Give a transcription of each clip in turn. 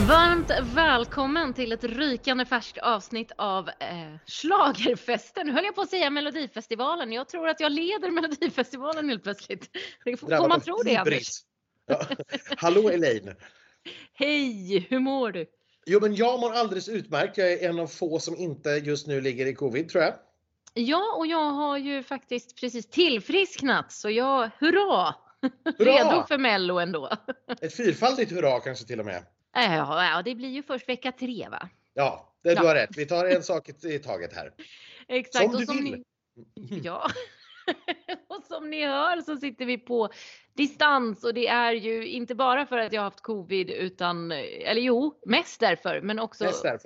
Varmt välkommen till ett rykande färskt avsnitt av Schlagerfesten. Nu höll jag på att säga Melodifestivalen. Jag tror att jag leder Melodifestivalen helt plötsligt. Får man tro det, Anders? Ja. Hallå Elaine. Hej, hur mår du? Jo, men jag mår alldeles utmärkt. Jag är en av få som inte just nu ligger i covid, tror jag. Ja, och jag har ju faktiskt precis tillfrisknat. Så hurra! Hurra! Redo för Mello ändå. Ett fyrfaldigt hurra kanske till och med. Ja, det blir ju först vecka 3, va? Ja, du har rätt. Vi tar en sak i taget här. Exakt. Som du vill. Ja. Och som ni hör så sitter vi på distans, och det är ju inte bara för att jag har haft covid utan, eller jo, mest därför, men också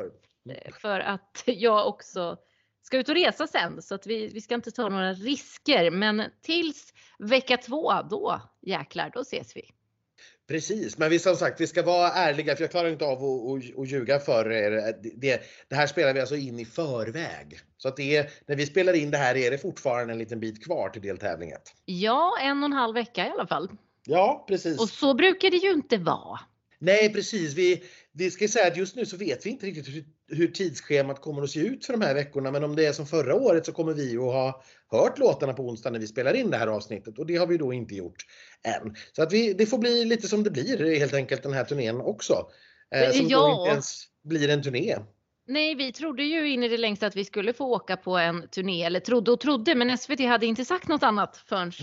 för att jag också ska ut och resa sen, så att vi ska inte ta några risker, men tills vecka 2 då jäklar, då ses vi. Precis, men som sagt, vi ska vara ärliga, för jag klarar inte av att ljuga för er. Det här spelar vi alltså in i förväg. Så att när vi spelar in det här är det fortfarande en liten bit kvar till deltävlingen. Ja, 1,5 vecka i alla fall. Ja, precis. Och så brukar det ju inte vara. Nej, precis. Vi ska säga att just nu så vet vi inte riktigt hur tidsschemat kommer att se ut för de här veckorna. Men om det är som förra året så kommer vi att ha hört låtarna på onsdag när vi spelar in det här avsnittet. Och det har vi då inte gjort än. Så att det får bli lite som det blir helt enkelt den här turnén också. Som då inte ens blir en turné. Nej, vi trodde ju in i det längsta att vi skulle få åka på en turné, eller trodde, men SVT hade inte sagt något annat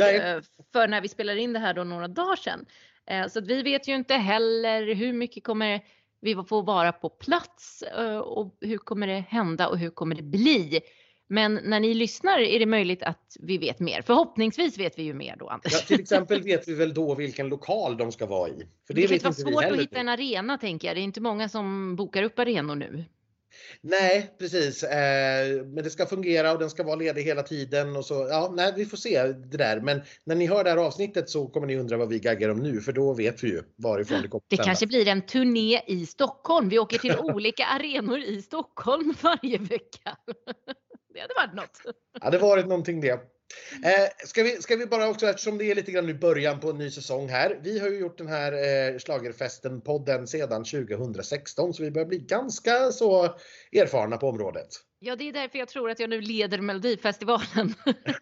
för när vi spelar in det här då några dagar sedan. Så att vi vet ju inte heller hur mycket kommer vi få vara på plats, och hur kommer det hända och hur kommer det bli. Men när ni lyssnar är det möjligt att vi vet mer. Förhoppningsvis vet vi ju mer då, Anders. Ja, till exempel vet vi väl då vilken lokal de ska vara i. För det vet inte svårt att hitta en arena, tänker jag. Det är inte många som bokar upp arenor nu. Nej, precis. Men det ska fungera och den ska vara ledig hela tiden. Och så, ja, nej, vi får se det där. Men när ni hör det här avsnittet så kommer ni undra vad vi gaggar om nu. För då vet vi ju varifrån det kommer. Det kanske blir en turné i Stockholm. Vi åker till olika arenor i Stockholm varje vecka. Det hade varit något. Ja, det har varit någonting det. Ska vi bara också, eftersom det är lite grann i början på en ny säsong här. Vi har ju gjort den här Schlagerfesten-podden sedan 2016. Så vi börjar bli ganska så erfarna på området. Ja, det är därför jag tror att jag nu leder Melodifestivalen.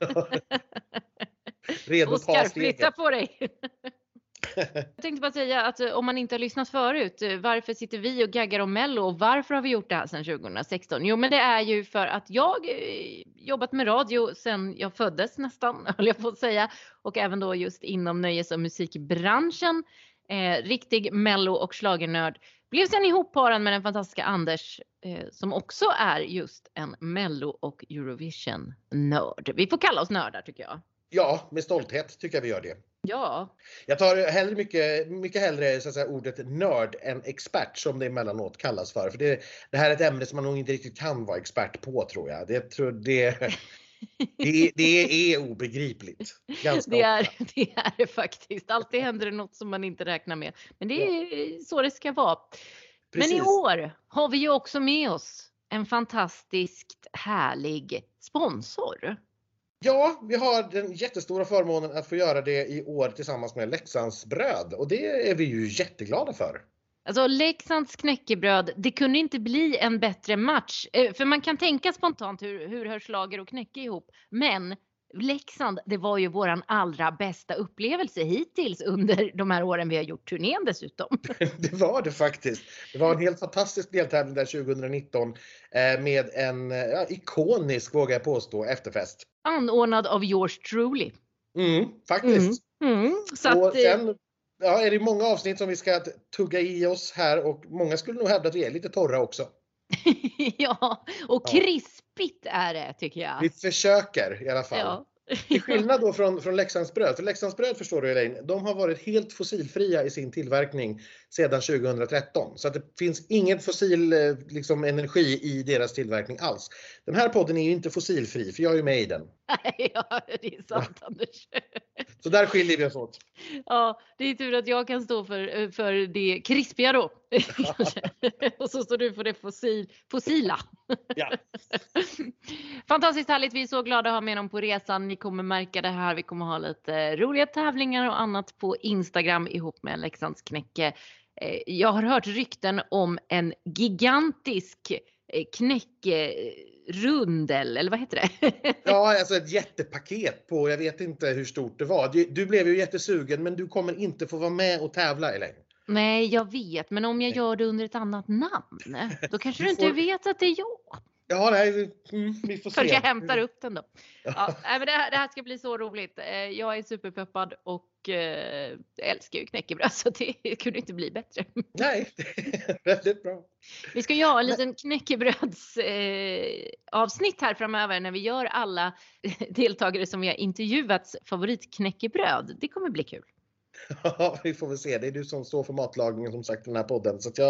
Redo att ta steget. På dig. Jag tänkte bara säga att om man inte har lyssnat förut, varför sitter vi och gaggar om Mello och varför har vi gjort det här sedan 2016? Jo, men det är ju för att jag jobbat med radio sedan jag föddes nästan, höll jag på att säga. Och även då just inom nöjes- och musikbranschen. Riktig Mello- och schlagernörd. Blev sen ihopparad med den fantastiska Anders, som också är just en Mello- och Eurovision-nörd. Vi får kalla oss nördar, tycker jag. Ja, med stolthet tycker jag vi gör det. Ja. Jag tar mycket hellre så att säga, ordet nörd än expert, som det emellanåt kallas för. För det här är ett ämne som man nog inte riktigt kan vara expert på, tror jag. Det är obegripligt. Det är det faktiskt. Alltid händer det något som man inte räknar med. Men det är så det ska vara. Precis. Men i år har vi ju också med oss en fantastiskt härlig sponsor. Ja, vi har den jättestora förmånen att få göra det i år tillsammans med Leksands bröd. Och det är vi ju jätteglada för. Alltså Leksands knäckebröd, det kunde inte bli en bättre match. För man kan tänka spontant hur hör schlager och knäcke ihop. Men Leksand, det var ju våran allra bästa upplevelse hittills under de här åren vi har gjort turnén dessutom. Det var det faktiskt. Det var en helt fantastisk deltävling där 2019 med en ikonisk, vågar jag påstå, efterfest. Anordnad av yours truly. Faktiskt. Så och sen är det många avsnitt som vi ska tugga i oss här, och många skulle nog hävda att vi är lite torra också. Ja, och krispigt är det, tycker jag. Vi försöker i alla fall. Ja. Till skillnad då från Leksands bröd. För Leksands bröd, förstår du Elaine, de har varit helt fossilfria i sin tillverkning sedan 2013. Så att det finns ingen fossil energi i deras tillverkning alls. Den här podden är ju inte fossilfri, för jag är ju med i den. Ja, det är sant, Anders. Så där skiljer vi oss åt. Ja, det är tur att jag kan stå för det krispiga då. Och så står du för det fossila. Ja. Fantastiskt härligt. Vi är så glada att ha med dem på resan. Ni kommer märka det här. Vi kommer ha lite roliga tävlingar och annat på Instagram ihop med Leksands knäcke. Jag har hört rykten om en gigantisk knäckerundel, eller vad heter det? Ja, alltså ett jättepaket på, jag vet inte hur stort det var. Du blev ju jättesugen, men du kommer inte få vara med och tävla längre. Nej, jag vet, men om jag gör det under ett annat namn, då kanske du inte vet att det är jag. Ja, nej, vi får se. Kanske jag hämtar upp den då. Ja. Ja, men det här ska bli så roligt. Jag är superpeppad och älskar ju knäckebröd, så det kunde inte bli bättre. Nej, väldigt bra. Vi ska ju ha en liten knäckebröds avsnitt här framöver när vi gör alla deltagare som vi har intervjuats favoritknäckebröd. Det kommer bli kul. Ja, vi får väl se. Det är du som står för matlagningen som sagt i den här podden. Så att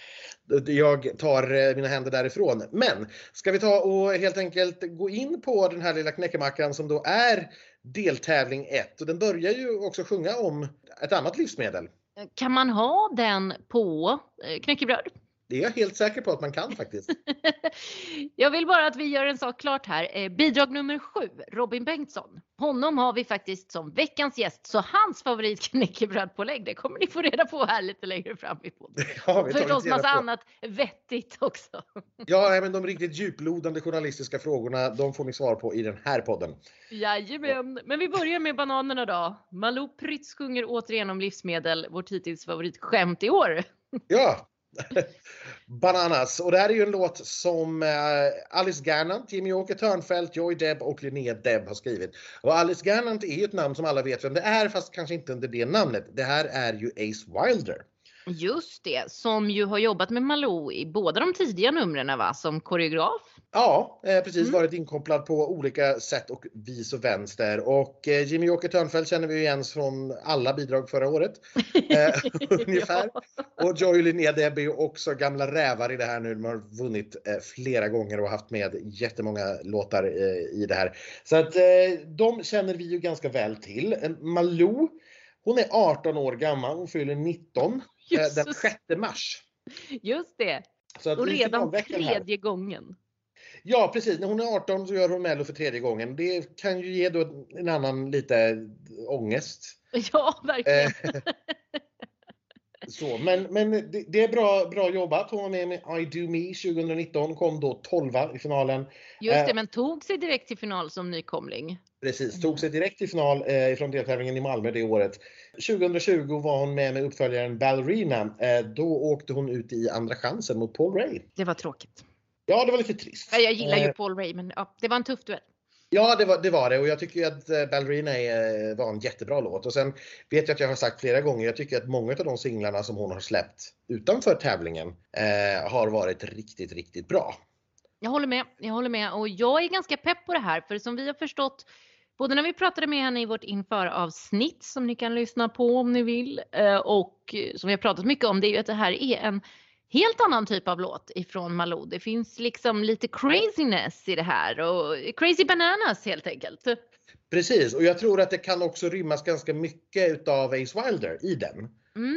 jag tar mina händer därifrån. Men ska vi ta och helt enkelt gå in på den här lilla knäckemackan som då är deltävling 1. Och den börjar ju också sjunga om ett annat livsmedel. Kan man ha den på knäckebröd? Det är jag helt säker på att man kan faktiskt. Jag vill bara att vi gör en sak klart här. Bidrag nummer 7, Robin Bengtsson. Honom har vi faktiskt som veckans gäst. Så hans favoritknäckebrödpålägg, det kommer ni få reda på här lite längre fram i podden. Ja, förstås massa annat vettigt också. Ja, men de riktigt djuplodande journalistiska frågorna, de får ni svar på i den här podden. Jajamän. Men vi börjar med bananerna då. Malou Prytz sjunger återigen om livsmedel. Vårt hittills favoritskämt i år. Ja. Bananas. Och det här är ju en låt som Alice Gernandt, Jimmy Åke Törnfeldt, Joy Deb och Linnea Deb har skrivit. Och Alice Gernandt är ju ett namn som alla vet vem det är, fast kanske inte under det namnet. Det här är ju Ace Wilder. Just det, som ju har jobbat med Malou i båda de tidiga numren, va? Som koreograf. Ja, precis. Varit inkopplad på olika sätt och vis och vänster. Och Jimmy Åke Törnfeldt känner vi igen från alla bidrag förra året. Ungefär. Ja. Och Joy och Linnea Deb är ju också gamla rävar i det här nu. De har vunnit flera gånger och haft med jättemånga låtar i det här. Så att de känner vi ju ganska väl till. Malou, hon är 18 år gammal. Hon fyller 19 den 6 mars. Just det. Så att och redan tredje gången. Ja, precis. När hon är 18 så gör hon Mello för tredje gången. Det kan ju ge då en annan lite ångest. Ja, verkligen. Så, men det är bra jobbat. Hon var med I Do Me 2019, kom då 12 i finalen. Just det, men tog sig direkt till final som nykomling. Precis, tog sig direkt till final från deltävlingen i Malmö det året. 2020 var hon med uppföljaren Ballerina. Då åkte hon ut i andra chansen mot Paul Ray. Det var tråkigt. Ja, det var lite trist. Jag gillar ju Paul Ray, men ja, det var en tuff duell. Ja, det var det. Och jag tycker att Ballerina var en jättebra låt. Och sen vet jag att jag har sagt flera gånger, jag tycker att många av de singlarna som hon har släppt utanför tävlingen har varit riktigt, riktigt bra. Jag håller med. Och jag är ganska pepp på det här. För som vi har förstått, både när vi pratade med henne i vårt införavsnitt som ni kan lyssna på om ni vill. Och som vi har pratat mycket om, det är ju att det här är en helt annan typ av låt ifrån Malou. Det finns liksom lite craziness i det här. Och crazy bananas helt enkelt. Precis, och jag tror att det kan också rymmas ganska mycket utav Ace Wilder i den.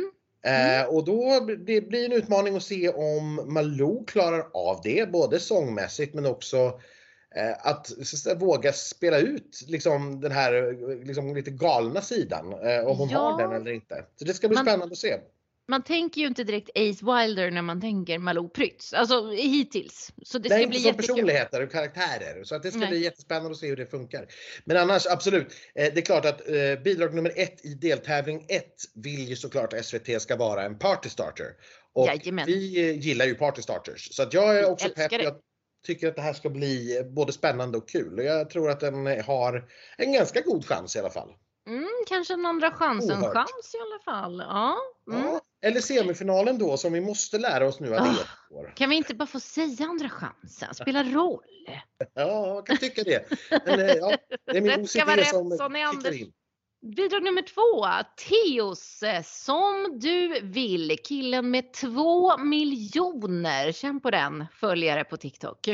Och då det blir en utmaning att se om Malou klarar av det, både sångmässigt men också att våga spela ut liksom den här liksom lite galna sidan, om hon har den eller inte. Så det ska bli spännande att se. Man tänker ju inte direkt Ace Wilder när man tänker Malou Prytz. Alltså hittills. Så det ska bli jättekul. Personligheter och karaktärer. Så att det ska bli jättespännande att se hur det funkar. Men annars absolut. Det är klart att bidrag nummer 1 i deltävling 1 vill ju såklart SVT ska vara en party starter. Och vi gillar ju party starters. Så att jag är också pepp. Jag tycker att det här ska bli både spännande och kul. Och jag tror att den har en ganska god chans i alla fall. Kanske en andra chans i alla fall. Ja. Ja, eller semifinalen då, som vi måste lära oss nu att det går. Kan vi inte bara få säga andra chansen? Spela roll. Ja, jag kan tycka det. Men, ja, det är min OCD som kickar in. Bidrag nummer 2. Teos Som du vill. Killen med 2 miljoner. Känn på den. Följare på TikTok.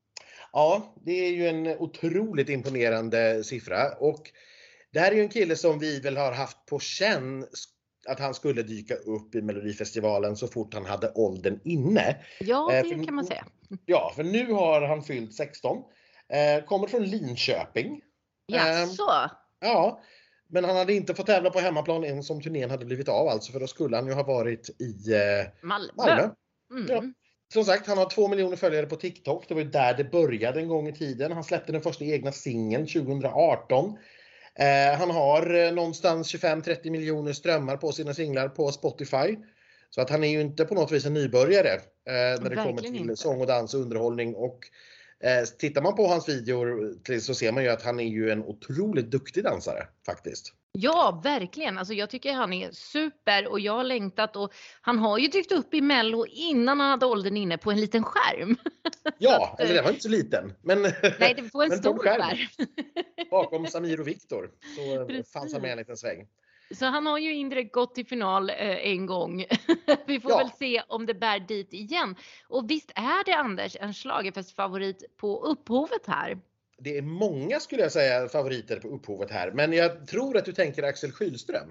Ja, det är ju en otroligt imponerande siffra. Och det här är ju en kille som vi väl har haft på känn att han skulle dyka upp i Melodifestivalen så fort han hade åldern inne. Ja, det kan man säga. Ja, för nu har han fyllt 16. Kommer från Linköping. Jaså? Ja, Men han hade inte fått tävla på hemmaplan än som turnén hade blivit av alltså. För då skulle han ju ha varit i Malmö. Ja. Som sagt, han har 2 miljoner följare på TikTok. Det var ju där det började en gång i tiden. Han släppte den första egna singeln 2018. Han har någonstans 25-30 miljoner strömmar på sina singlar på Spotify. Så att han är ju inte på något vis en nybörjare när det kommer till sång och dans och underhållning. Och tittar man på hans videor så ser man ju att han är ju en otroligt duktig dansare faktiskt. Ja, verkligen. Alltså jag tycker han är super och jag har längtat och han har ju dykt upp i Mello innan han hade åldern inne på en liten skärm. Ja, eller den var inte så liten. Men, nej, det var en stor skärm. Bakom Samir och Viktor så fanns han med en liten sväng. Så han har ju indirekt gått till final en gång. Vi får väl se om det bär dit igen. Och visst är det Anders en schlagerfest-favorit på upphovet här? Det är många skulle jag säga favoriter på upphovet här. Men jag tror att du tänker Axel Kylström.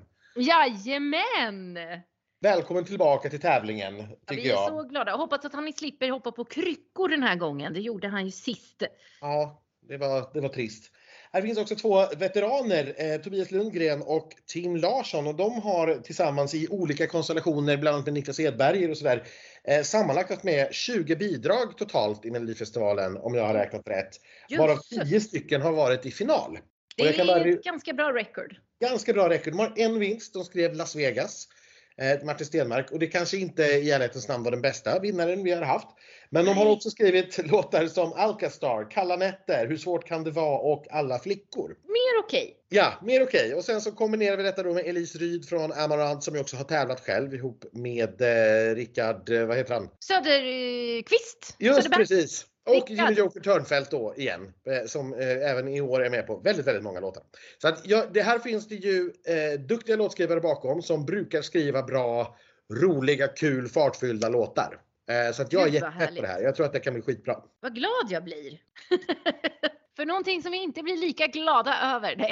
Jajamän! Välkommen tillbaka till tävlingen tycker jag. Vi är så glada. Jag hoppas att han slipper hoppa på kryckor den här gången. Det gjorde han ju sist. Ja, det var trist. Här finns också 2 veteraner, Tobias Lundgren och Tim Larsson. Och de har tillsammans i olika konstellationer, bland annat med Niklas Edberger och sådär, sammanlagt haft med 20 bidrag totalt i Melodifestivalen, om jag har räknat rätt. Varav 10 stycken har varit i final. Det är ett ganska bra record. Ganska bra record. De har en vinst, de skrev Las Vegas. Martin Stenmark, och det kanske inte i ärlighetens namn var den bästa vinnaren vi har haft. Men de har också skrivit låtar som Alcastar, Kalla nätter, Hur svårt kan det vara och Alla flickor. Mer okej. Ja, mer okej. Och sen så kombinerar vi detta då med Elise Ryd från Amarant som ju också har tävlat själv ihop med Rickard, vad heter han? Söderqvist. Just precis. Och Jimmy Joker Törnfeldt då igen, som även i år är med på väldigt, väldigt många låtar. Så att det här finns det ju duktiga låtskrivare bakom som brukar skriva bra, roliga, kul, fartfyllda låtar. Så att jag är jättepepp på det här. Jag tror att det kan bli skitbra. Vad glad jag blir. För någonting som vi inte blir lika glada över. Nej,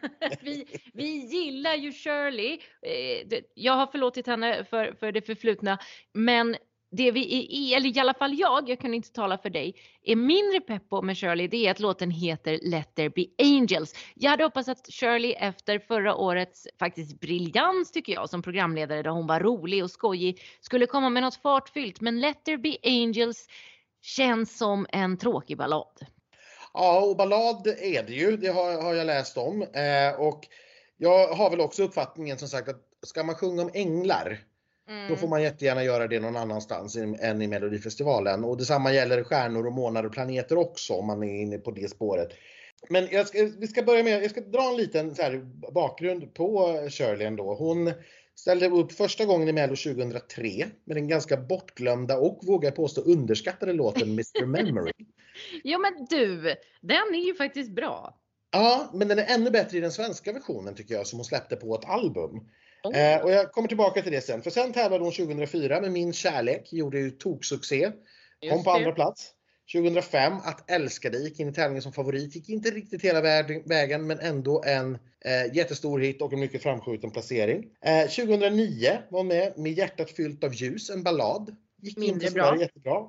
vi gillar ju Shirley. Jag har förlåtit henne för det förflutna. Men det vi är, eller i alla fall jag kan inte tala för dig, är mindre pepp på med Shirley, det är att låten heter Let There Be Angels. Jag hade hoppats att Shirley efter förra årets faktiskt briljans tycker jag som programledare, där hon var rolig och skojig, skulle komma med något fartfyllt. Men Let There Be Angels känns som en tråkig ballad. Ja, och ballad är det ju, det har jag läst om. Och jag har väl också uppfattningen som sagt att ska man sjunga om änglar, då får man jättegärna göra det någon annanstans än i Melodifestivalen. Och detsamma gäller stjärnor och månader och planeter också, om man är inne på det spåret. Men vi ska börja med, jag ska dra en liten så här bakgrund på Shirley ändå. Hon ställde upp första gången i Mello 2003 med den ganska bortglömda och, vågar jag påstå, underskattade låten Mr. Memory. Ja men du, den är ju faktiskt bra. Ja, men den är ännu bättre i den svenska versionen tycker jag, som hon släppte på ett album. Och jag kommer tillbaka till det sen. För sen tävlade hon 2004 med Min kärlek. Gjorde ju toksuccé. Kom på andra plats. 2005 Att älska dig gick in i tävlingen som favorit. Gick inte riktigt hela vägen, men ändå en jättestor hit och en mycket framskjuten placering. 2009 var med Hjärtat fyllt av ljus, en ballad. Gick mindre inte bra. Jättebra.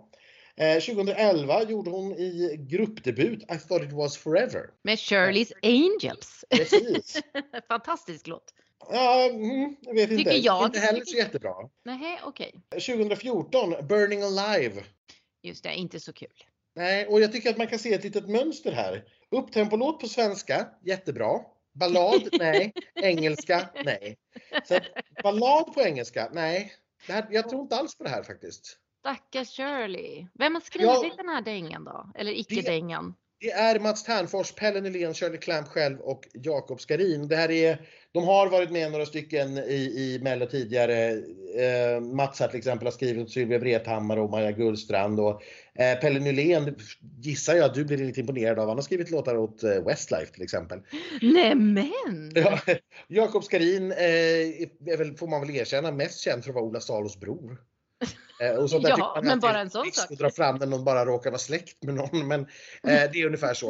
2011 gjorde hon i gruppdebut I thought it was forever. Med Shirley's Angels. Precis. Fantastisk låt. Ja, jag vet inte. Tycker jag. Inte heller så jättebra. Nej, okej. 2014, Burning Alive. Just det, inte så kul. Nej, och jag tycker att man kan se ett litet mönster här. Upptempolåt på svenska, jättebra. Ballad, nej. Engelska, nej. Så att, ballad på engelska, nej. Jag tror inte alls på det här faktiskt. Stackars Shirley. Vem har skrivit den här dängan då? Eller icke-dängan? Det är Mats Ternfors, Pelle Nylén, Shirley Clamp själv och Jakob Skarin. De har varit med några stycken i Mello tidigare. Mats här till exempel har skrivit åt Sylvia Vrethammar och Maja Gullstrand. Och Pelle Nylén gissar jag att du blir lite imponerad av. Han har skrivit låtar åt Westlife till exempel. Nämen! Ja, Jakob Skarin är väl, får man väl erkänna, mest känd för att vara Ola Salos bror. Och så ja, men bara en sån sak. Och dra fram när någon bara råkar vara släkt med någon. Men det är ungefär så.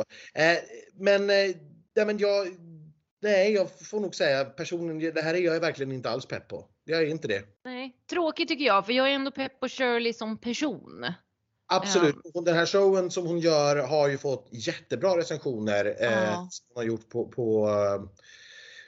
Jag får nog säga personen, det här är jag verkligen inte alls pepp på. Jag är inte det. Nej. Tråkigt tycker jag, för jag är ändå pepp på Shirley som person. Absolut. Den här showen som hon gör har ju fått jättebra recensioner. Som hon har gjort på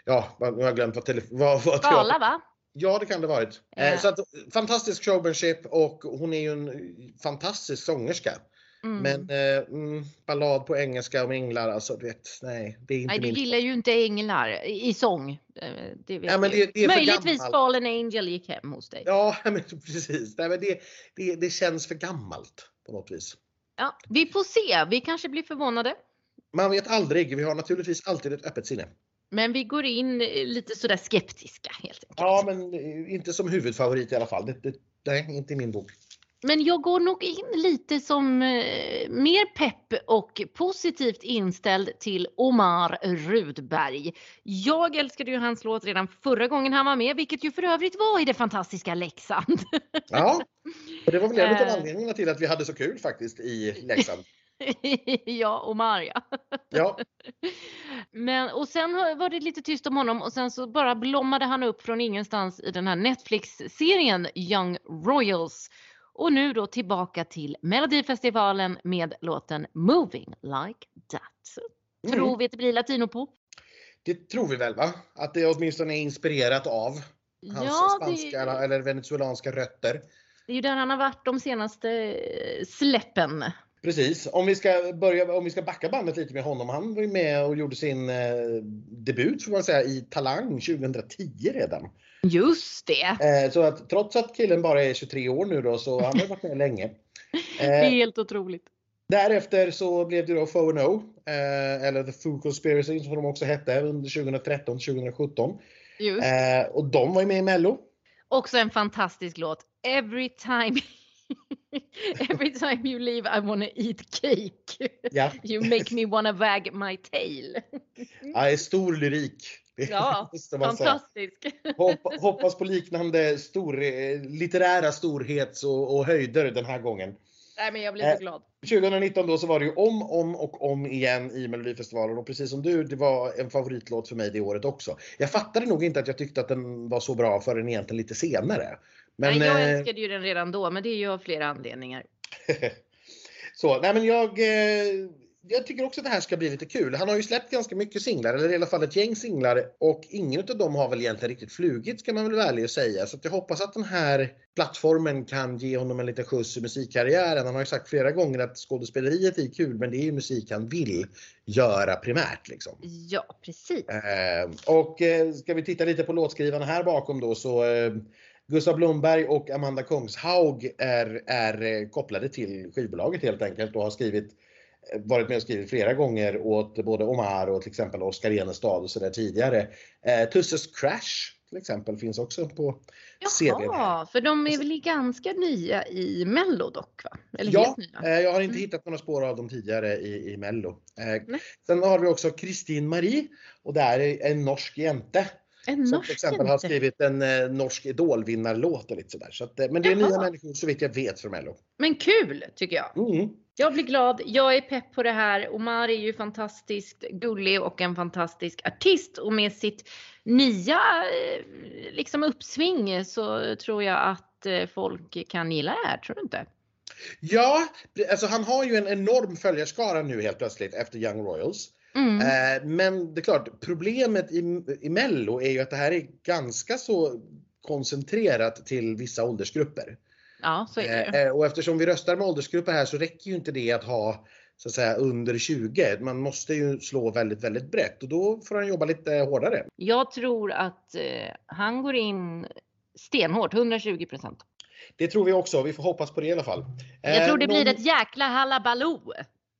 Ja, nu har jag glömt vad Skala, va? Ja, det kan det varit. Så att, fantastisk showmanship och hon är ju en fantastisk sångerska. Men ballad på engelska om änglar, alltså du vet, nej, det är inte Nej, du min gillar ju inte änglar i sång. Det vet men du. det är för Möjligtvis gammalt. Fallen Angel gick hem hos dig. Ja, men precis. Nej, men det känns för gammalt på något vis. Ja, vi får se. Vi kanske blir förvånade. Man vet aldrig. Vi har naturligtvis alltid ett öppet sinne. Men vi går in lite sådär skeptiska helt enkelt. Ja, men inte som huvudfavorit i alla fall. Nej, inte i min bok. Men jag går nog in lite som mer pepp och positivt inställd till Omar Rudberg. Jag älskade ju hans låt redan förra gången han var med, vilket ju för övrigt var i det fantastiska Leksand. Ja, och det var väl en av anledningarna till att vi hade så kul faktiskt i Leksand. Ja, Omar, ja. Ja. Men, och sen var det lite tyst om honom och sen så bara blommade han upp från ingenstans i den här Netflix-serien Young Royals. Och nu då tillbaka till Melodifestivalen med låten Moving Like That. Tror vi att det blir latinopop? Det tror vi väl, va? Att det åtminstone är inspirerat av hans spanska eller venezuelanska rötter. Det är ju där han har varit de senaste släppen. Precis. Om vi ska backa bandet lite med honom. Han var ju med och gjorde sin debut, får man säga, i Talang 2010 redan. Just det. Så att trots att killen bara är 23 år nu då, så han har varit med länge. Helt otroligt. Därefter så blev det då Faux No, eller The Faux Conspiracy som de också hette under 2013-2017. Just. Och de var ju med i Mello. Också en fantastisk låt. Every time you leave I wanna eat cake. Ja. You make me wanna wag my tail. Ja, det är stor lyrik. Ja, fantastisk. Hoppas på liknande litterära storhets och höjder den här gången. Nej, men jag blir så glad. 2019 då så var det ju om igen i Melodifestivalen och precis som du, det var en favoritlåt för mig det året också. Jag fattade nog inte att jag tyckte att den var så bra förrän egentligen lite senare. Men, nej, jag älskade ju den redan då, men det är ju av flera anledningar. Så, nej men jag tycker också att det här ska bli lite kul. Han har ju släppt ganska mycket singlar, eller i alla fall ett gäng singlar. Och ingen av dem har väl egentligen riktigt flugit, ska man väl vara ärlig och säga. Så att jag hoppas att den här plattformen kan ge honom en liten skjuts i musikkarriären. Han har ju sagt flera gånger att skådespeleriet är kul, men det är ju musik han vill göra primärt. Liksom. Ja, precis. Och ska vi titta lite på låtskrivarna här bakom då så... Gustav Blomberg och Amanda Kongshaug är kopplade till skivbolaget helt enkelt och har varit med och skrivit flera gånger åt både Omar och till exempel Oscar Enestad och så där tidigare. Tusses Crash till exempel finns också på serien. Ja, för de är väl ganska nya i Mello dock, va? Eller ja, helt nya. Jag har inte hittat några spår av dem tidigare i Mello. Sen har vi också Kristin Marie och det är en norsk jente. Som till exempel har skrivit en norsk idolvinnarlåt och lite sådär. Så att, men det är nya människor så vitt jag vet från Mello. Men kul tycker jag. Jag blir glad. Jag är pepp på det här. Omar är ju fantastiskt gullig och en fantastisk artist. Och med sitt nya liksom uppsving så tror jag att folk kan gilla det här. Tror du inte? Ja, alltså han har ju en enorm följarskara nu helt plötsligt efter Young Royals. Men det är klart, problemet i Mello är ju att det här är ganska så koncentrerat till vissa åldersgrupper. Ja, så är det. Och eftersom vi röstar med åldersgrupper här så räcker ju inte det att ha så att säga under 20. Man måste ju slå väldigt, väldigt brett och då får han jobba lite hårdare. Jag tror att han går in stenhårt, 120%. Det tror vi också, vi får hoppas på det i alla fall. Jag tror det blir ett jäkla halabaloo.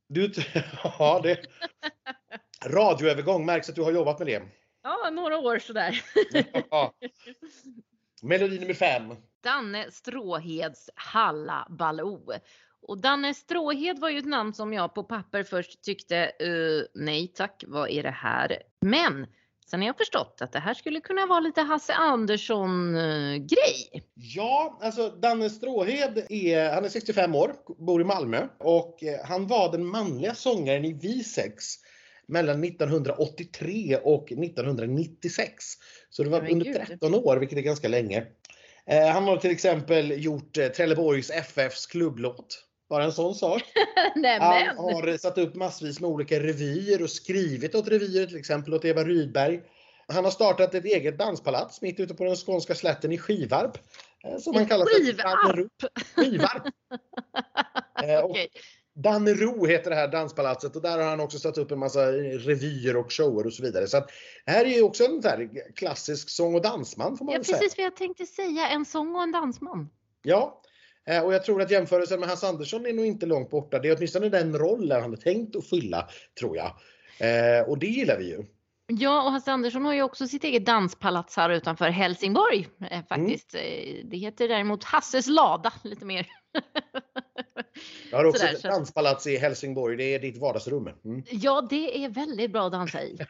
Ja, det... Radioövergång, märks att du har jobbat med det. Ja, några år sådär. Ja. Melodi nummer 5. Danne Stråheds Hallabaloo. Och Danne Stråhed var ju ett namn som jag på papper först tyckte, nej tack, vad är det här? Men sen har jag förstått att det här skulle kunna vara lite Hasse Andersson-grej. Ja, alltså Danne Stråhed han är 65 år, bor i Malmö. Och han var den manliga sångaren i V6 mellan 1983 och 1996. Så det var under 13 år, vilket är ganska länge. Han har till exempel gjort Trelleborgs FFs klubblåt. Bara en sån sak. Han har satt upp massvis med olika revyer och skrivit åt revyer, till exempel åt Eva Rydberg. Han har startat ett eget danspalats mitt ute på den skånska slätten i Skivarp. Som han kallar för Skivarp. Okej. Dannero heter det här danspalatset och där har han också satt upp en massa revyer och shower och så vidare. Så att det här är ju också en där klassisk sång- och dansman får man väl säga. Precis vad jag tänkte säga, en sång och en dansman. Ja, och jag tror att jämförelsen med Hans Andersson är nog inte långt borta. Det är åtminstone den rollen han har tänkt att fylla, tror jag. Och det gillar vi ju. Ja, och Hans Andersson har ju också sitt eget danspalats här utanför Helsingborg faktiskt. Det heter däremot Hasses lada lite mer. Jag har också ett danspalats i Helsingborg, det är ditt vardagsrum. Ja, det är väldigt bra att dansa i.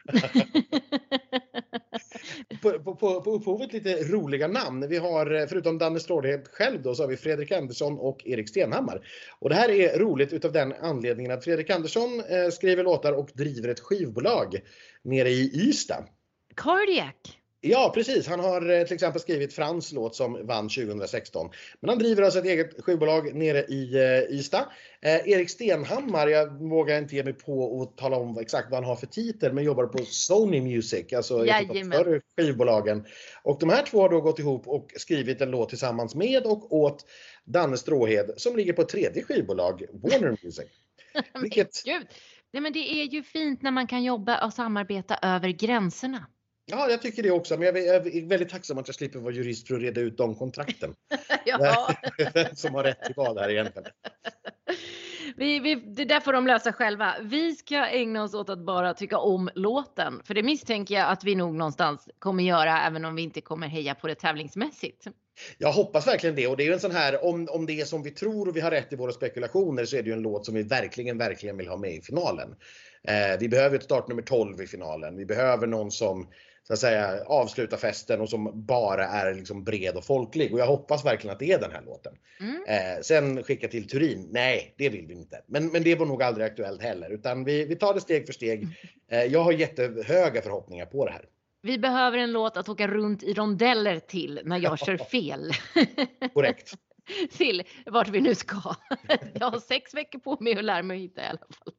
På upphovet lite roliga namn. Vi har, förutom Danne Strålhed själv då, så har vi Fredrik Andersson och Erik Stenhammar. Och det här är roligt utav den anledningen att Fredrik Andersson skriver låtar och driver ett skivbolag nere i Ystad. Cardiac. Ja, precis. Han har till exempel skrivit Frans låt som vann 2016. Men han driver alltså ett eget skivbolag nere i Ystad. Erik Stenhammar, jag vågar inte ge mig på att tala om exakt vad han har för titel, men jobbar på Sony Music, alltså ett av de större skivbolagen. Och de här två har då gått ihop och skrivit en låt tillsammans med och åt Danne Stråhed som ligger på ett tredje skivbolag, Warner Music. Vilket... Gud. Nej, men det är ju fint när man kan jobba och samarbeta över gränserna. Ja, jag tycker det också. Men jag är väldigt tacksam att jag slipper vara jurist för att reda ut de kontrakten. Ja. Som har rätt till vad här egentligen. Det där får de lösa själva. Vi ska ägna oss åt att bara tycka om låten. För det misstänker jag att vi nog någonstans kommer göra, även om vi inte kommer heja på det tävlingsmässigt. Jag hoppas verkligen det. Och det är ju en sån här, om det är som vi tror och vi har rätt i våra spekulationer, så är det ju en låt som vi verkligen vill ha med i finalen. Vi behöver ett startnummer 12 i finalen. Vi behöver någon som så att säga avslutar festen och som bara är liksom bred och folklig. Och jag hoppas verkligen att det är den här låten. Sen skicka till Turin. Nej, det vill vi inte. Men det var nog aldrig aktuellt heller. Utan vi tar det steg för steg. Jag har jättehöga förhoppningar på det här. Vi behöver en låt att åka runt i rondeller till när jag kör fel. Korrekt. Till vart vi nu ska. Jag har 6 veckor på mig att lära mig att hitta i alla fall.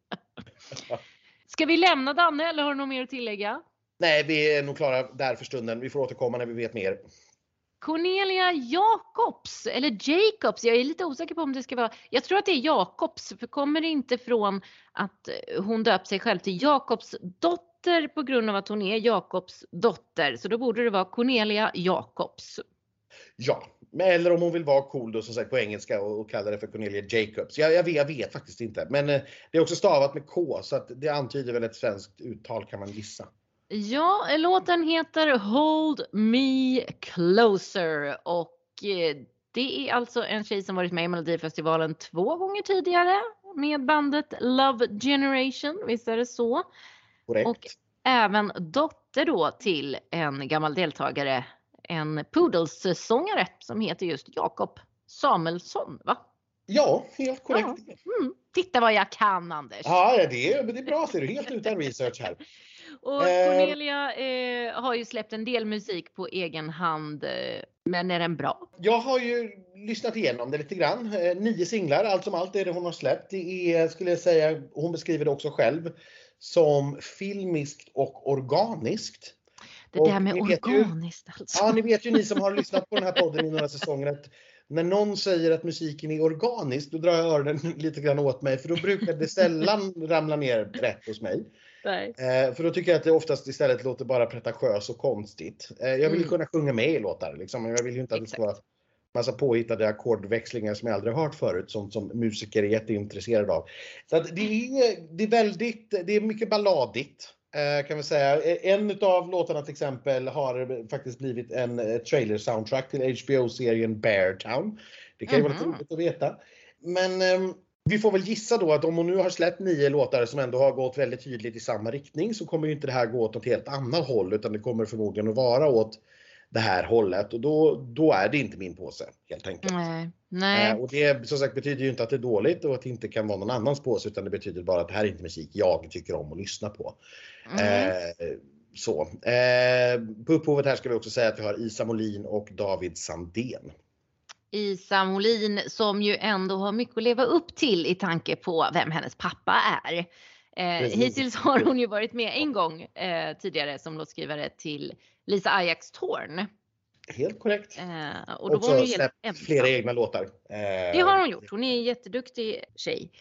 Ska vi lämna Danne eller har du något mer att tillägga? Nej, vi är nog klara där för stunden. Vi får återkomma när vi vet mer. Cornelia Jacobs, eller Jacobs, jag är lite osäker på om det ska vara, jag tror att det är Jacobs, för kommer det inte från att hon döpt sig själv till Jakobs dotter på grund av att hon är Jakobs dotter, så då borde det vara Cornelia Jacobs. Ja, eller om hon vill vara cool då, som sagt på engelska och kalla det för Cornelia Jacobs. Jag vet faktiskt inte, men det är också stavat med K, så att det antyder väl ett svenskt uttal kan man gissa. Ja, låten heter Hold Me Closer och det är alltså en tjej som varit med i Melodifestivalen 2 gånger tidigare med bandet Love Generation, visst är det så? Korrekt. Och även dotter då till en gammal deltagare, en Poodles-sångare som heter just Jakob Samuelsson, va? Ja, helt korrekt. Ja. Titta vad jag kan, Anders. Ja, det är bra, ser du, helt utan research här. Och Cornelia har ju släppt en del musik på egen hand, men är den bra? Jag har ju lyssnat igenom det lite grann. 9 singlar, allt som allt är det hon har släppt. Det är, skulle jag säga, hon beskriver det också själv, som filmiskt och organiskt. Det där med organiskt alltså. Ja, ni vet ju, ni som har lyssnat på den här podden i några säsonger, att när någon säger att musiken är organisk, då drar jag öronen lite grann åt mig. För då brukar det sällan ramla ner rätt hos mig. Nej. För då tycker jag att det oftast istället låter bara pretentiöst och konstigt. Jag vill kunna sjunga med i låtar. Liksom. Jag vill ju inte att det ska vara massa påhittade ackordväxlingar som jag aldrig har hört förut. Som musiker är jätteintresserade av. Så att det är mycket balladigt. Kan vi säga. En av låtarna till exempel har faktiskt blivit en trailer soundtrack till HBO-serien Beartown. Det kan ju vara roligt att veta. Men vi får väl gissa då att om hon nu har släppt 9 låtar som ändå har gått väldigt tydligt i samma riktning, så kommer ju inte det här gå åt något helt annat håll, utan det kommer förmodligen att vara åt det här hållet, och då är det inte min påse helt enkelt. Nej. Och det som sagt betyder ju inte att det är dåligt och att det inte kan vara någon annans påse, utan det betyder bara att det här är inte musik jag tycker om att lyssna på. På upphovet här ska vi också säga att vi har Isa Molin och David Sandén. Isa Molin som ju ändå har mycket att leva upp till i tanke på vem hennes pappa är. Hittills har hon ju varit med en gång tidigare som låtskrivare till Lisa Ajax Torn. Helt korrekt. Och då var hon ju helt ensam. Flera egna låtar. Det har hon gjort. Hon är en jätteduktig tjej.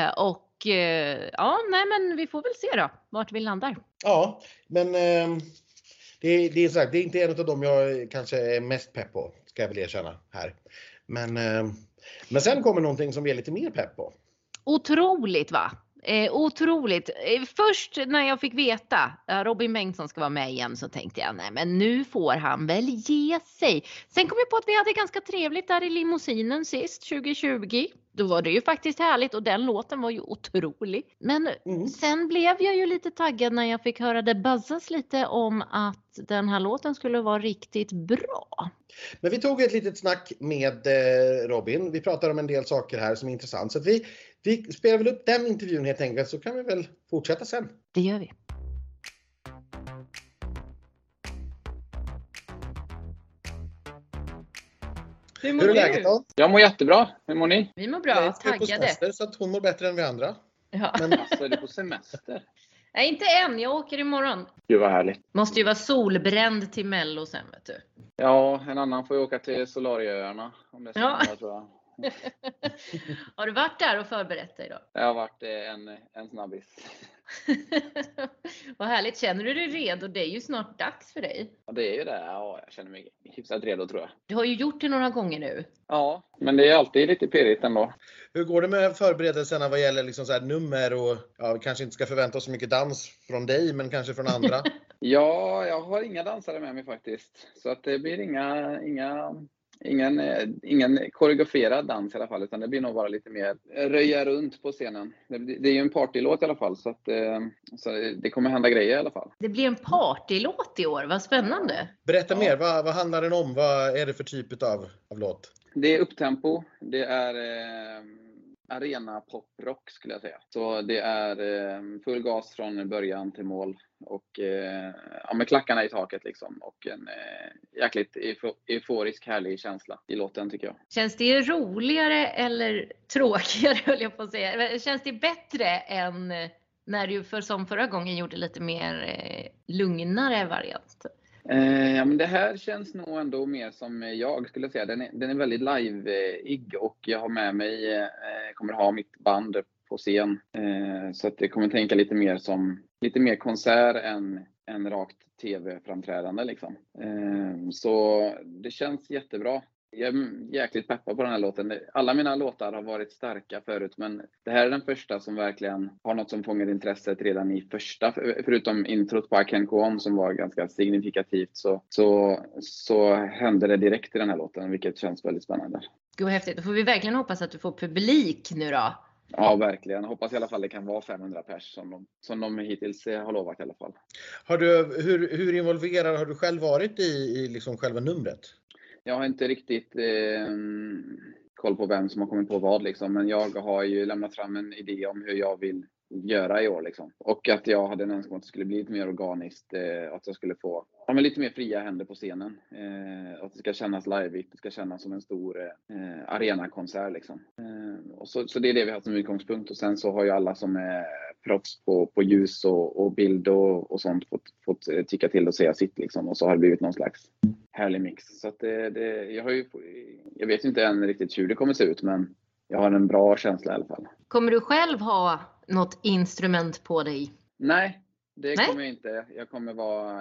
Men vi får väl se då vart vi landar. Ja, men det är inte en av dem jag kanske är mest pepp på, ska jag väl erkänna här. Men sen kommer någonting som vi är lite mer pepp på. Otroligt va? Otroligt. Först när jag fick veta Robin Bengtsson ska vara med igen så tänkte jag nej men nu får han väl ge sig. Sen kom jag på att vi hade ganska trevligt där i limousinen sist 2020. Då var det ju faktiskt härligt och den låten var ju otrolig. Men sen blev jag ju lite taggad när jag fick höra det buzzas lite om att den här låten skulle vara riktigt bra. Men vi tog ett litet snack med Robin. Vi pratar om en del saker här som är intressant. Så att vi spelar väl upp den intervjun helt enkelt så kan vi väl fortsätta sen. Det gör vi. Hur är läget då? Jag mår jättebra. Hur mår ni? Vi mår bra, taggade. Semester, så att hon mår bättre än vi andra. Ja. Men alltså, är du på semester? Nej, inte än. Jag åker imorgon. Gud vad härligt. Måste ju vara solbränd till Mello sen, vet du. Ja, en annan får ju åka till Solarieöarna. Om det är Ja. tror jag. Har du varit där och förberett dig då? Jag har varit en snabbis. Vad härligt. Känner du dig redo? Det är ju snart dags för dig. Ja, det är ju det. Ja, jag känner mig hyfsat redo tror jag. Du har ju gjort det några gånger nu. Ja, men det är alltid lite pirrigt ändå. Hur går det med förberedelserna vad gäller liksom så här nummer och vi kanske inte ska förvänta oss så mycket dans från dig men kanske från andra? Ja, jag har inga dansare med mig faktiskt. Så att det blir ingen koreograferad dans i alla fall, utan det blir nog bara lite mer röja runt på scenen. Det är ju en partylåt i alla fall, så det kommer hända grejer i alla fall. Det blir en partylåt i år, vad spännande. Berätta mer, vad handlar den om? Vad är det för typ av låt? Det är upptempo, det är arena poprock skulle jag säga. Så det är full gas från början till mål och med klackarna i taket liksom och en jäkligt euforisk härlig känsla i låten tycker jag. Känns det roligare eller tråkigare höll jag på att säga? Känns det bättre än när du som förra gången gjorde lite mer lugnare variant? Ja, men det här känns nog ändå mer som jag skulle säga. Den är väldigt live-ig och jag har med mig, kommer ha mitt band på scen. Så att det kommer tänka lite mer konsert än rakt tv-framträdande liksom. Så det känns jättebra. Jag är jäkligt peppad på den här låten. Alla mina låtar har varit starka förut, men det här är den första som verkligen har något som fångar intresset redan i första. Förutom introt på I Can Go On som var ganska signifikativt så hände det direkt i den här låten, vilket känns väldigt spännande. Gud vad häftigt. Då får vi verkligen hoppas att du får publik nu då. Ja, verkligen. Hoppas i alla fall det kan vara 500 pers som de hittills har lovat i alla fall. Hur involverad har du själv varit i liksom själva numret? Jag har inte riktigt koll på vem som har kommit på vad liksom, men jag har ju lämnat fram en idé om hur jag vill göra i år liksom. Och att jag hade en önskan att det skulle bli lite mer organiskt, att jag skulle få lite mer fria händer på scenen. Att det ska kännas liveigt, det ska kännas som en stor arenakonsert liksom. Och så det är det vi har som utgångspunkt, och sen så har ju alla som är proffs på ljus och bild och sånt fått tycka till och säga sitt liksom, och så har det blivit någon slags härlig mix. Så att jag vet inte än riktigt hur det kommer se ut, men jag har en bra känsla i alla fall. Kommer du själv ha något instrument på dig? Nej, det kommer jag inte. Jag kommer vara...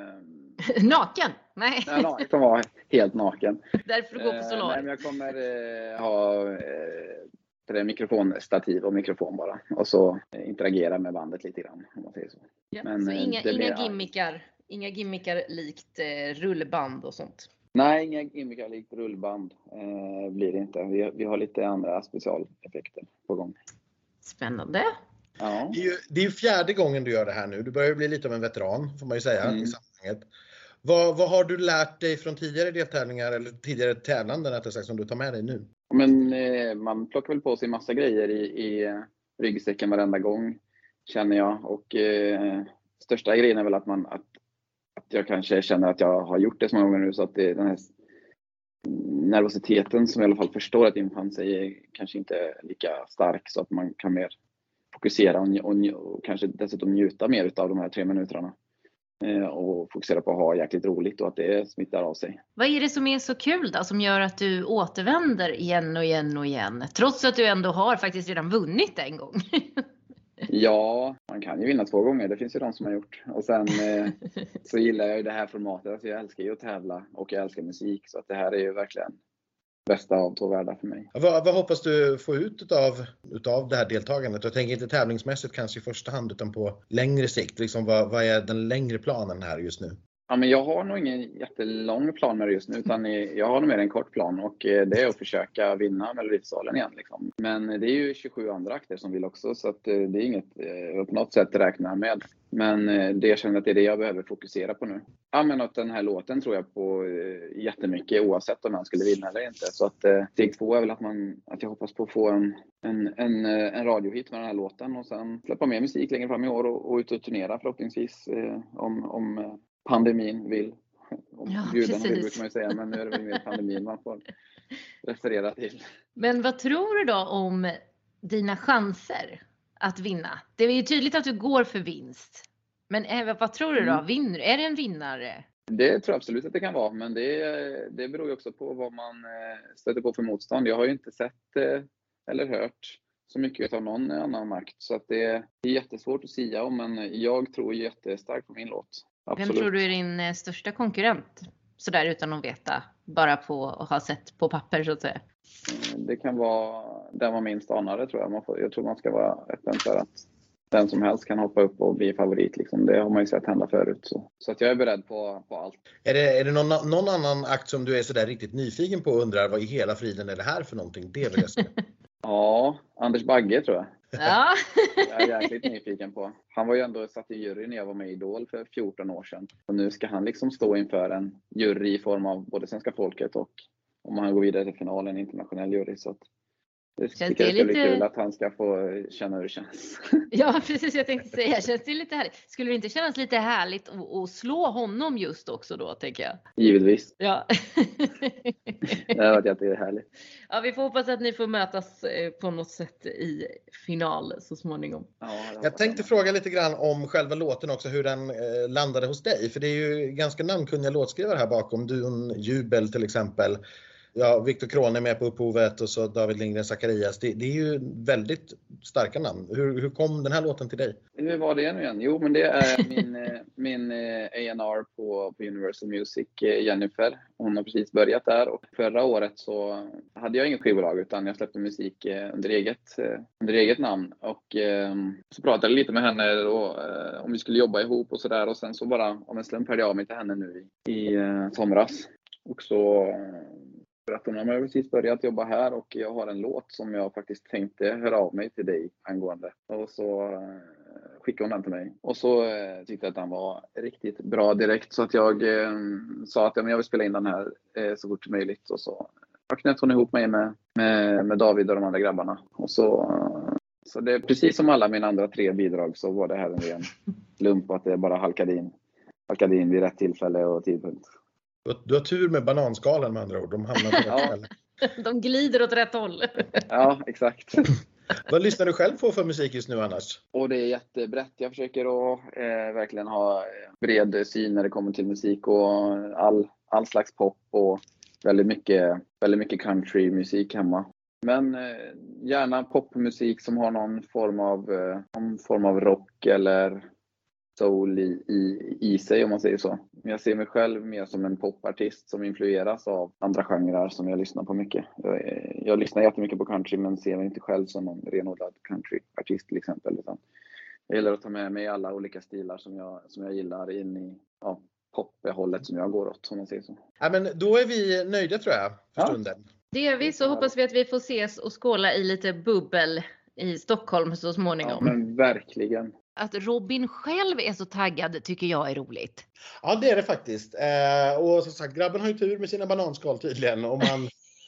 Naken? Nej. Jag kommer vara helt naken. Därför du går på Solar. Nej, men jag kommer ha mikrofonstativ och mikrofon bara. Och så interagera med bandet lite grann, om man säger så. Ja, men, så inga gimmickar likt rullband och sånt? Nej, inga gimmickar likt rullband blir det inte. Vi har lite andra specialeffekter på gång. Spännande. Ja. Det är ju 4:e gången du gör det här nu. Du börjar ju bli lite av en veteran, får man ju säga, i sammanhanget. Vad har du lärt dig från tidigare deltävlingar eller tidigare tävlanden som du tar med dig nu? Men man plockar väl på sig massa grejer i ryggsäcken varenda gång, känner jag. Och största grejen är väl att jag kanske känner att jag har gjort det så många gånger nu, så att den här nervositeten som jag i alla fall förstår att infann sig är kanske inte lika stark, så att man kan mer fokusera och kanske dessutom njuta mer av de här 3 minuterna. Och fokusera på att ha jäkligt roligt och att det smittar av sig. Vad är det som är så kul då, som gör att du återvänder igen och igen och igen? Trots att du ändå har faktiskt redan vunnit en gång. Ja, man kan ju vinna 2 gånger. Det finns ju de som har gjort. Och sen så gillar jag ju det här formatet. Alltså jag älskar ju att tävla och jag älskar musik. Så att det här är ju verkligen bästa av 2 världar för mig. Vad hoppas du få ut utav det här deltagandet? Jag tänker inte tävlingsmässigt kanske i första hand, utan på längre sikt. Liksom, vad är den längre planen här just nu? Ja, men jag har nog ingen jättelång plan med det just nu, utan jag har nog mer en kort plan och det är att försöka vinna Melodifestivalen igen. Liksom. Men det är ju 27 andra akter som vill också, så att det är inget jag på något sätt räknar med. Men det jag känner att det är det jag behöver fokusera på nu. Ja, men att den här låten tror jag på jättemycket oavsett om man skulle vinna eller inte. Så att steg 2 är väl att jag hoppas på att få en radiohit med den här låten och sen släppa mer musik längre fram i år och ut och turnera förhoppningsvis om pandemin vill. Om gudarna vill, brukar man ju säga, men nu är det väl mer pandemin man får referera till. Men vad tror du då om dina chanser att vinna? Det är ju tydligt att du går för vinst. Men vad tror du då? Vinner? Är det en vinnare? Det tror jag absolut att det kan vara, men det beror ju också på vad man stöter på för motstånd. Jag har ju inte sett eller hört så mycket av någon annan makt, så att det är jättesvårt att säga om, men jag tror jättestarkt på min låt. Absolut. Vem tror du är din största konkurrent? Sådär utan att veta, bara på att ha sett på papper så att säga. Det kan vara den man minst anar det, tror jag. Jag tror man ska vara öppen för att den som helst kan hoppa upp och bli favorit. Liksom. Det har man ju sett hända förut. Så att jag är beredd på allt. Är det någon annan akt som du är sådär riktigt nyfiken på och undrar vad i hela friden är det här för någonting? Det vill jag se. Ja, Anders Bagge tror jag. Ja. Jag är jäkligt nyfiken på. Han var ju ändå satt i jury när jag var med i Idol för 14 år sedan. Och nu ska han liksom stå inför en jury i form av både svenska folket och om han går vidare till finalen, internationell jury. Så att det tycker jag ska bli kul att han ska få känna hur det känns. Ja, precis. Jag tänkte säga, känns det lite härligt? Skulle det inte kännas lite härligt att slå honom just också då, tänker jag? Givetvis. Ja. Det har varit jättehärligt. Ja, vi får hoppas att ni får mötas på något sätt i final så småningom. Ja, jag tänkte fråga lite grann om själva låten också, hur den landade hos dig. För det är ju ganska namnkunniga låtskrivare här bakom. Duon Jubel till exempel. Ja, Viktor Krone är med på upphovet och så David Lindgren Zacharias. Det är ju väldigt starka namn. Hur kom den här låten till dig? Hur var det nu igen? Jo, men det är min A&R på Universal Music, Jennifer. Hon har precis börjat där och förra året så hade jag inget skivbolag utan jag släppte musik under eget namn. Och så pratade jag lite med henne då, om vi skulle jobba ihop och sådär. Och sen så bara om en slump hörde jag av mig till henne nu i somras. Och så för att hon har precis börjat jobba här och jag har en låt som jag faktiskt tänkte höra av mig till dig angående. Och så skickade hon den till mig. Och så tyckte jag att den var riktigt bra direkt. Så att jag sa att jag vill spela in den här så fort som möjligt. Och så knöt hon ihop mig med David och de andra grabbarna. Och så det är precis som alla mina andra 3 bidrag så var det här en ren slump att det bara halkade in vid rätt tillfälle och tidpunkt. Du har tur med bananskalen med andra ord. De hamnar på rätt ställe. De glider åt rätt håll. Ja, exakt. Vad lyssnar du själv på för musik just nu annars? Och det är jättebrett. Jag försöker att verkligen ha bred syn när det kommer till musik och all slags pop och väldigt mycket countrymusik hemma. Men gärna popmusik som har någon form av rock eller soul i sig, om man säger så. Jag ser mig själv mer som en popartist som influeras av andra genrer som jag lyssnar på mycket. Jag lyssnar jättemycket på country men ser mig inte själv som någon renodlad countryartist till exempel. Utan jag gillar att ta med mig alla olika stilar som jag gillar in i pophållet som jag går åt, som man säger så. Ja, men då är vi nöjda tror jag för stunden. Det är vi, så hoppas vi att vi får ses och skåla i lite bubbel i Stockholm så småningom. Ja, men verkligen. Att Robin själv är så taggad tycker jag är roligt. Ja, det är det faktiskt. Och som sagt, grabben har ju tur med sina bananskal tydligen. Om man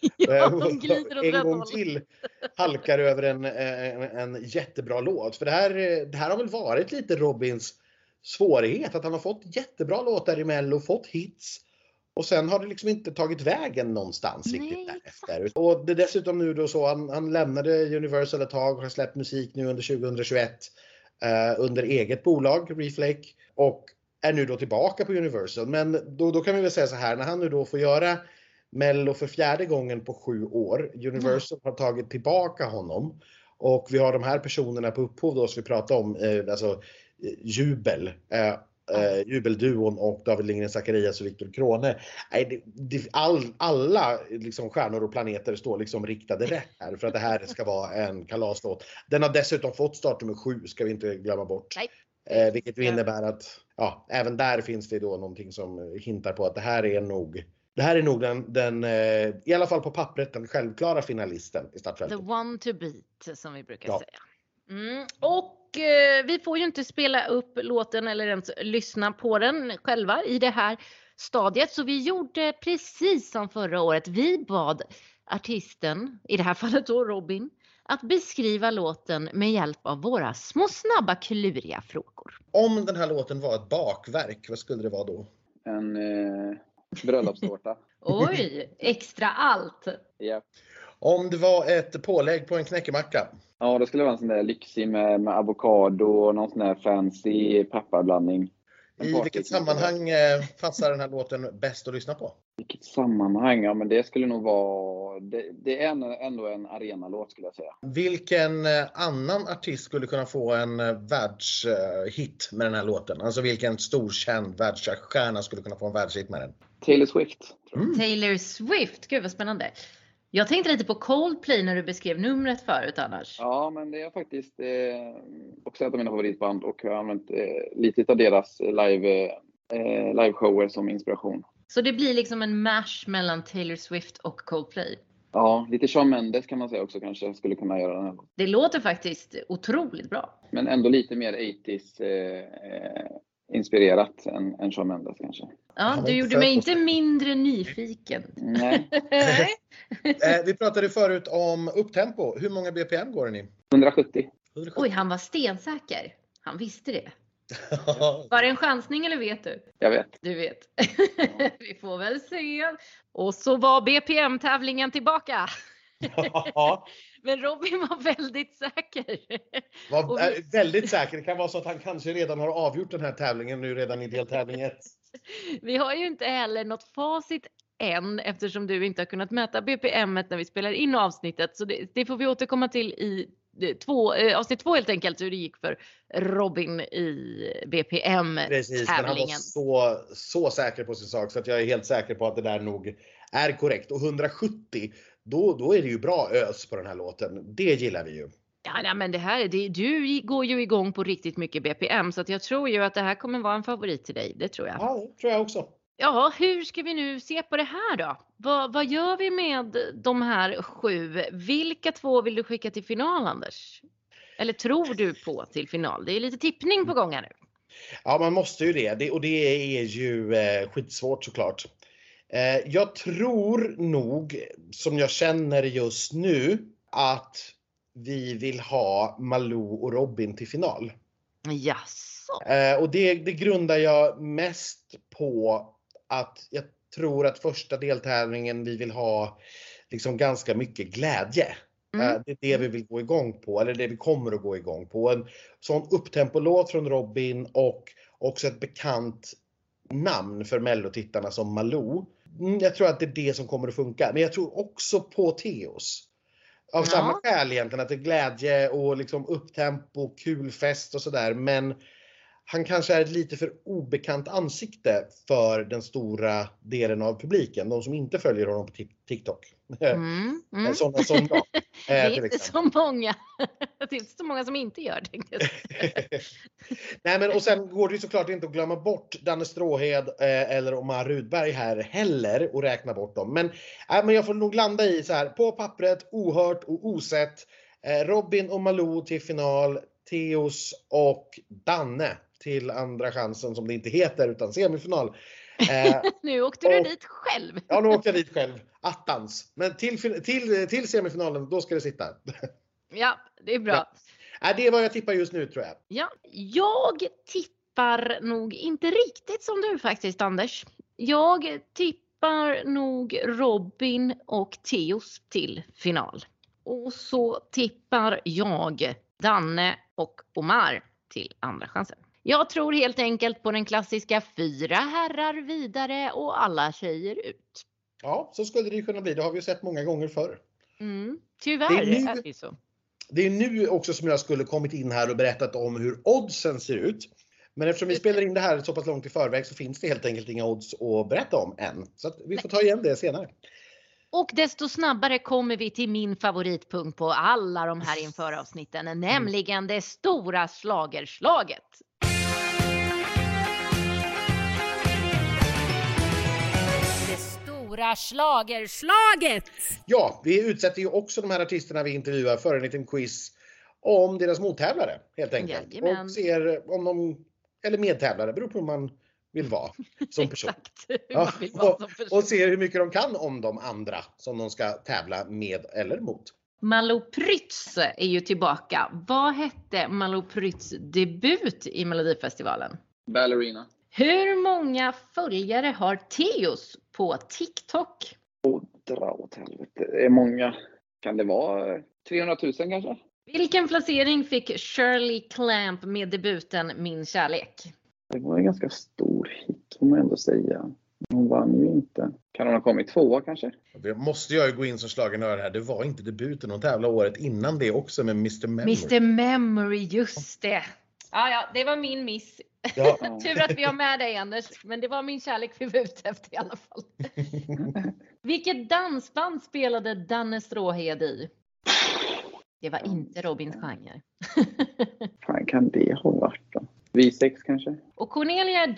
en gång till halkar över en jättebra låt. För det här har väl varit lite Robins svårighet. Att han har fått jättebra låtar i Mello, fått hits. Och sen har det liksom inte tagit vägen någonstans riktigt Nej, därefter. Och det är dessutom nu då så, han lämnade Universal ett tag och har släppt musik nu under 2021 under eget bolag, Reflake, och är nu då tillbaka på Universal. Men då kan vi väl säga så här, när han nu då får göra Mello för 4:e gången på 7 år, Universal har tagit tillbaka honom, och vi har de här personerna på upphov då som vi pratar om, alltså Jubel, Jubelduon och David Lindgren Zacharias och Viktor Krone. Alla liksom stjärnor och planeter står liksom riktade rätt här för att det här ska vara en kalaslåt. Den har dessutom fått startnummer 7, ska vi inte glömma bort. Vilket innebär att även där finns det då någonting som hintar på att det här är nog den i alla fall på pappret, den självklara finalisten i startfältet. The one to beat, som vi brukar säga. Och vi får ju inte spela upp låten eller ens lyssna på den själva i det här stadiet. Så vi gjorde precis som förra året. Vi bad artisten, i det här fallet då Robin, att beskriva låten med hjälp av våra små snabba kluriga frågor. Om den här låten var ett bakverk, vad skulle det vara då? En bröllopstårta. Oj, extra allt. Ja. Om det var ett pålägg på en knäckemacka? Ja, det skulle vara en sån där lyxig med avokado och någon sån där fancy papparblandning. I vilket sammanhang passar den här låten bäst att lyssna på? Vilket sammanhang? Ja, men det skulle nog vara... Det är ändå en arenalåt skulle jag säga. Vilken annan artist skulle kunna få en världshit med den här låten? Alltså vilken storkänd världsstjärna skulle kunna få en världshit med den? Taylor Swift. Tror jag. Taylor Swift, gud vad spännande. Jag tänkte lite på Coldplay när du beskrev numret förut annars. Ja, men det är faktiskt också ett av mina favoritband och jag har använt lite av deras liveshower som inspiration. Så det blir liksom en mash mellan Taylor Swift och Coldplay? Ja, lite Shawn Mendes kan man säga också kanske skulle kunna göra den här. Det låter faktiskt otroligt bra. Men ändå lite mer 80s inspirerat än Shawn Mendes kanske. Ja, du gjorde mig inte mindre nyfiken. Nej. Vi pratade förut om upptempo. Hur många BPM går den i? 170. Oj, han var stensäker. Han visste det. Var det en chansning eller vet du? Jag vet. Du vet. Vi får väl se. Och så var BPM-tävlingen tillbaka. Men Robin var väldigt säker. Väldigt säker. Det kan vara så att han kanske redan har avgjort den här tävlingen nu redan i deltävling 1. Vi har ju inte heller något facit än eftersom du inte har kunnat mäta BPM-et när vi spelar in avsnittet. Så det får vi återkomma till i avsnitt 2 helt enkelt, hur det gick för Robin i BPM-tävlingen. Precis, men han var så säker på sin sak så att jag är helt säker på att det där nog är korrekt. Och 170, då är det ju bra ös på den här låten. Det gillar vi ju. Ja, men du går ju igång på riktigt mycket BPM så att jag tror ju att det här kommer vara en favorit till dig. Det tror jag. Ja, det tror jag också. Ja, hur ska vi nu se på det här då? Vad gör vi med de här 7? Vilka 2 vill du skicka till final, Anders? Eller tror du på till final? Det är lite tippning på gång här nu. Ja, man måste ju det. Och det är ju skitsvårt såklart. Jag tror nog, som jag känner just nu, att vi vill ha Malou och Robin till final. Jaså. Och det grundar jag mest på att jag tror att första deltävlingen vi vill ha liksom ganska mycket glädje. Det är det vi vill gå igång på, eller det vi kommer att gå igång på. En sån upptempolåt från Robin och också ett bekant namn för mellotittarna som Malou. Jag tror att det är det som kommer att funka. Men jag tror också på Teos. Av samma skäl egentligen, att det är glädje och liksom upptempo, kul fest och sådär. Men han kanske är ett lite för obekant ansikte för den stora delen av publiken. De som inte följer honom på TikTok. Sådana som jag. Det är inte så många. Det är inte så många som inte gör det. Nej, men och sen går det ju såklart inte att glömma bort Danne Stråhed eller Omar Rudberg här heller och räkna bort dem. Men jag får nog landa i så här, på pappret, ohört och osett. Robin och Malou till final. Teos och Danne till andra chansen, som det inte heter, utan semifinal. Nu åkte du dit själv. Ja, nu åkte jag dit själv. Attans. Men till semifinalen, då ska det sitta. Ja, det är bra. Ja. Det är vad jag tippar just nu, tror jag. Ja, jag tippar nog inte riktigt som du faktiskt, Anders. Jag tippar nog Robin och Theos till final. Och så tippar jag Danne och Omar till andra chansen. Jag tror helt enkelt på den klassiska 4 herrar vidare och alla tjejer ut. Ja, så skulle det ju kunna bli. Det har vi ju sett många gånger förr. Tyvärr är det så. Det är nu också som jag skulle kommit in här och berättat om hur oddsen ser ut. Men eftersom vi spelar in det här så pass långt i förväg så finns det helt enkelt inga odds att berätta om än. Så att vi får ta igen det senare. Och desto snabbare kommer vi till min favoritpunkt på alla de här inför avsnitten, nämligen det stora slagerslaget. Det stora slagerslaget! Ja, vi utsätter ju också de här artisterna vi intervjuar för en liten quiz om deras mottävlare helt enkelt. Jajamän. Och ser om de, eller medtävlare, beror på hur man vill vara som person. Exakt, hur man vill vara som person. Och ser hur mycket de kan om de andra som de ska tävla med eller mot. Malou Prytz är ju tillbaka. Vad hette Malou Prytz debut i Melodifestivalen? Ballerina. Hur många följare har Theos på TikTok? Dra åt helvete. Det är många. Kan det vara 300 000 kanske? Vilken placering fick Shirley Clamp med debuten Min kärlek? Det var en ganska stor hit, får man ändå säga. Hon vann ju inte. Kan hon ha kommit 2 kanske? Det måste jag ju gå in som slagenörd här. Det var inte debuten. Hon tävlade året innan det också med Mr. Memory. Mr. Memory, just det. Ja, det var min miss. Ja. Tur att vi har med dig, Anders. Men det var Min kärlek vi var ute efter i alla fall. Vilket dansband spelade Danne Stråhed i? Det var inte Robins genre. Fan, kan det ha varit då? V6 kanske? Och Cornelia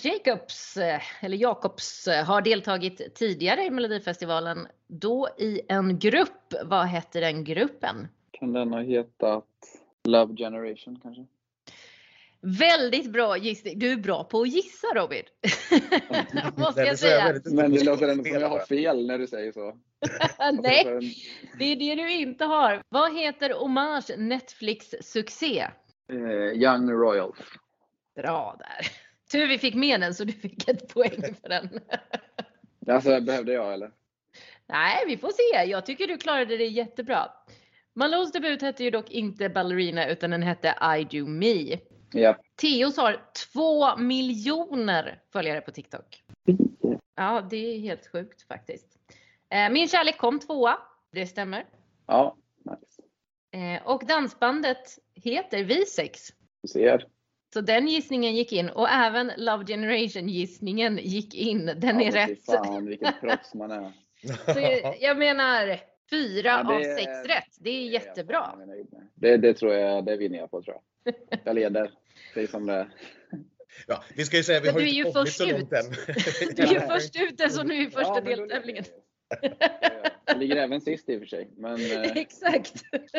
Jacobs har deltagit tidigare i Melodifestivalen. Då i en grupp. Vad hette den gruppen? Kan den ha hetat Love Generation kanske? Väldigt bra gissning. Du är bra på att gissa, Robin. Måste jag säga. Men det låter ändå som jag har fel när du säger så. Nej, det är det du inte har. Vad heter Omars Netflix-succé? Young Royals. Bra där. Tur vi fick med den så du fick ett poäng för den. Alltså, behövde jag eller? Nej, vi får se. Jag tycker du klarade det jättebra. Malous debut hette ju dock inte Ballerina utan den hette I Do Me. Ja. Theos har 2 miljoner följare på TikTok. Ja, det är helt sjukt faktiskt. Min kärlek kom 2. Det stämmer. Ja, nice. Och dansbandet heter V6. Du ser. Så den gissningen gick in. Och även Love Generation gissningen gick in. Den är rätt. Fan, vilket proffs man är. Så jag menar 4 av 6 rätt. Det är jättebra. Det tror jag, det vinner jag på tror jag. Jag leder. Det är som det. Ja, vi ska ju säga vi har ju inte kommit så långt än. Du är ju först ut så nu i första deltävlingen. Jag ligger även sist i och för sig. Men... Exakt.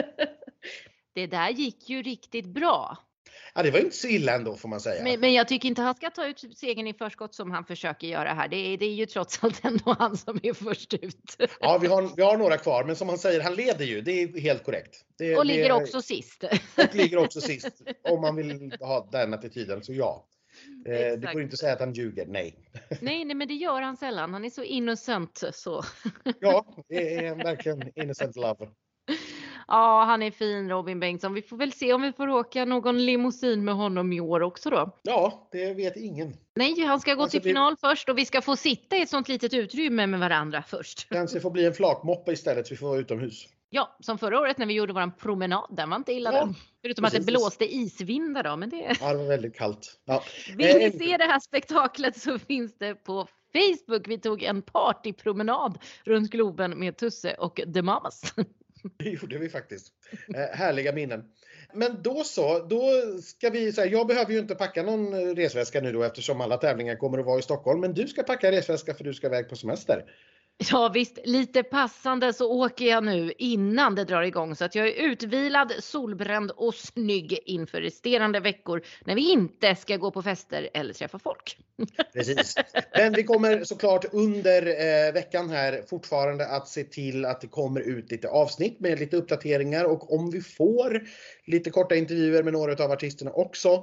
Det där gick ju riktigt bra. Ja, det var inte så illa ändå får man säga. Men jag tycker inte han ska ta ut segern i förskott som han försöker göra här. Det är ju trots allt ändå han som är först ut. Ja, vi har några kvar. Men som han säger, han leder ju. Det är helt korrekt. Och ligger också sist. Och ligger också sist. Om man vill ha den attityden, så ja. Det går inte att säga att han ljuger, nej. Nej, men det gör han sällan. Han är så innocent så. Ja, det är verkligen innocent love. Ja, han är fin, Robin Bengtsson. Vi får väl se om vi får åka någon limousin med honom i år också då. Ja, det vet ingen. Nej, han ska gå till final först och vi ska få sitta i ett sånt litet utrymme med varandra först. Kanske får bli en flakmoppa istället så vi får vara utomhus. Ja, som förra året när vi gjorde våran promenad. Den var inte illa den. Förutom precis. Att det blåste isvindar då. Men det... Ja, det var väldigt kallt. Ja. Vill ni se det här spektaklet så finns det på Facebook. Vi tog en partypromenad runt Globen med Tusse och The Mamas. Det gjorde vi faktiskt. Härliga minnen. Men då ska vi säga, jag behöver ju inte packa någon resväska nu då eftersom alla tävlingar kommer att vara i Stockholm. Men du ska packa resväska för du ska iväg på semester. Ja visst, lite passande så åker jag nu innan det drar igång så att jag är utvilad, solbränd och snygg inför resterande veckor när vi inte ska gå på fester eller träffa folk. Precis. Men vi kommer såklart under veckan här fortfarande att se till att det kommer ut lite avsnitt med lite uppdateringar och om vi får lite korta intervjuer med några av artisterna också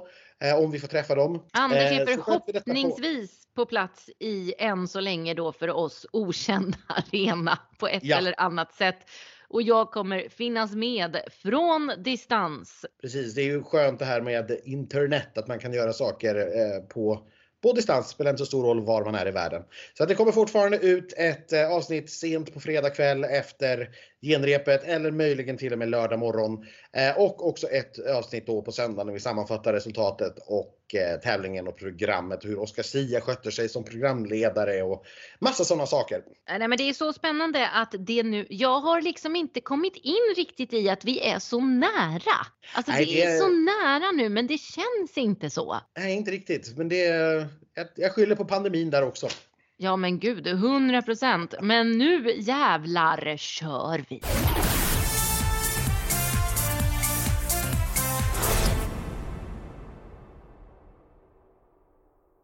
om vi får träffa dem. Anders är Så sköter vi detta förhoppningsvis på plats i än så länge då för oss okända arena på ett eller annat sätt. Och jag kommer finnas med från distans. Precis, det är ju skönt det här med internet, att man kan göra saker på distans. Spelar inte så stor roll var man är i världen. Så att det kommer fortfarande ut ett avsnitt sent på fredag kväll efter genrepet, eller möjligen till och med lördag morgon. Och också ett avsnitt då på söndag när vi sammanfattar resultatet och tävlingen och programmet. Hur Oscar Sia skötte sig som programledare och massa sådana saker. Nej, men det är så spännande att det nu, jag har liksom inte kommit in riktigt i att vi är så nära. Alltså det är så nära nu, men det känns inte så. Nej, inte riktigt. Men jag skyller på pandemin där också. Ja men gud, 100%. Men nu jävlar kör vi.